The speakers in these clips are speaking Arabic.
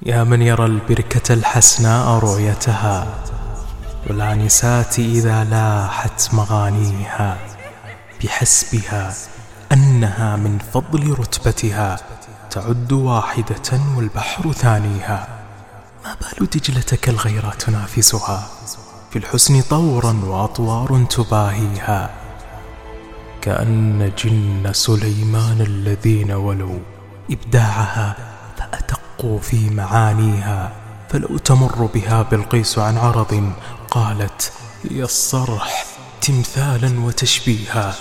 يا من يرى البركة الحسناء رؤيتها والآنسات إذا لاحت مغانيها بحسبها أنها من فضل رتبتها تعد واحدة والبحر ثانيها. ما بال دجلة كالغيرة تنافسها في الحسن طورا وأطوار تباهيها. كأن جن سليمان الذين ولوا إبداعها فأدقوا في معانيها. فلو تمر بها بلقيس عن عرض قالت هي الصرح تمثالا وتشبيها.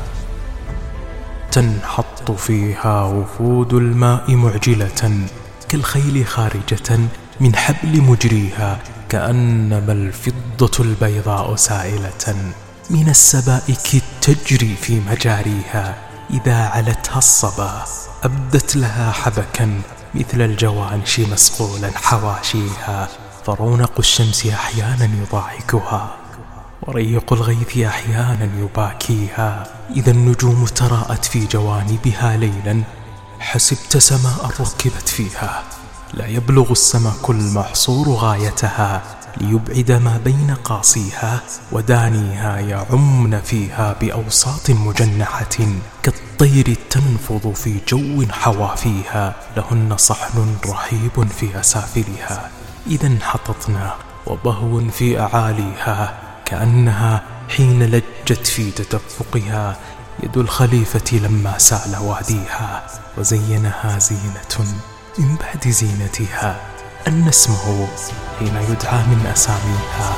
تنحط فيها وفود الماء معجلة كالخيل خارجة من حبل مجريها. كأنما الفضة البيضاء سائلة من السبائك تجري في مجاريها. إذا علتها الصبا أبدت لها حبكا مثل الجوانش مسقولا حواشيها. فرونق الشمس أحيانا يضاحكها وريق الغيث أحيانا يباكيها. إذا النجوم تراءت في جوانبها ليلا حسبت سماء ركبت فيها. لا يبلغ السمك المحصور غايتها ليبعد ما بين قاصيها ودانيها. يعمن فيها بأوساط مجنحة كالطير تنفض في جو حوافيها. لهن صحن رحيب في أسافلها إذا انحطتنا وبهو في أعاليها. كأنها حين لجت في تدفقها يد الخليفة لما سال واديها. وزينها زينة من بعد زينتها أن اسمه حين يدعى من أساميها.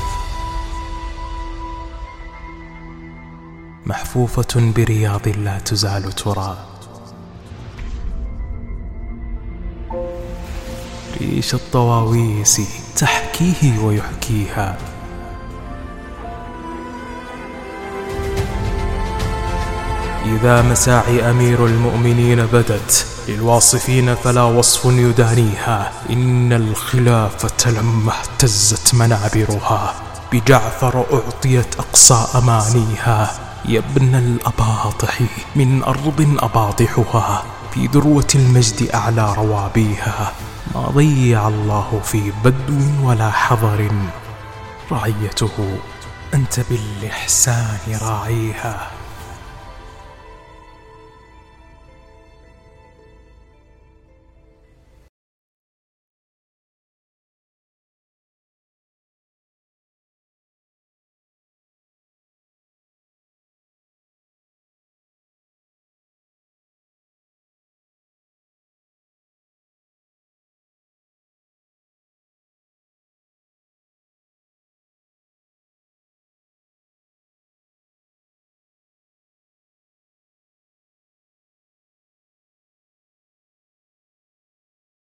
محفوفة برياض لا تزال ترى ريش الطواويس تحكيه ويحكيها. إذا مساعي أمير المؤمنين بدت للواصفين فلا وصف يدانيها. إن الخلافة لما اهتزت منابرها بجعفر أعطيت أقصى أمانيها. يا ابن الأباطح من أرض أباطحها في ذروة المجد أعلى روابيها. ما ضيع الله في بدو ولا حضر رعيته أنت بالإحسان راعيها.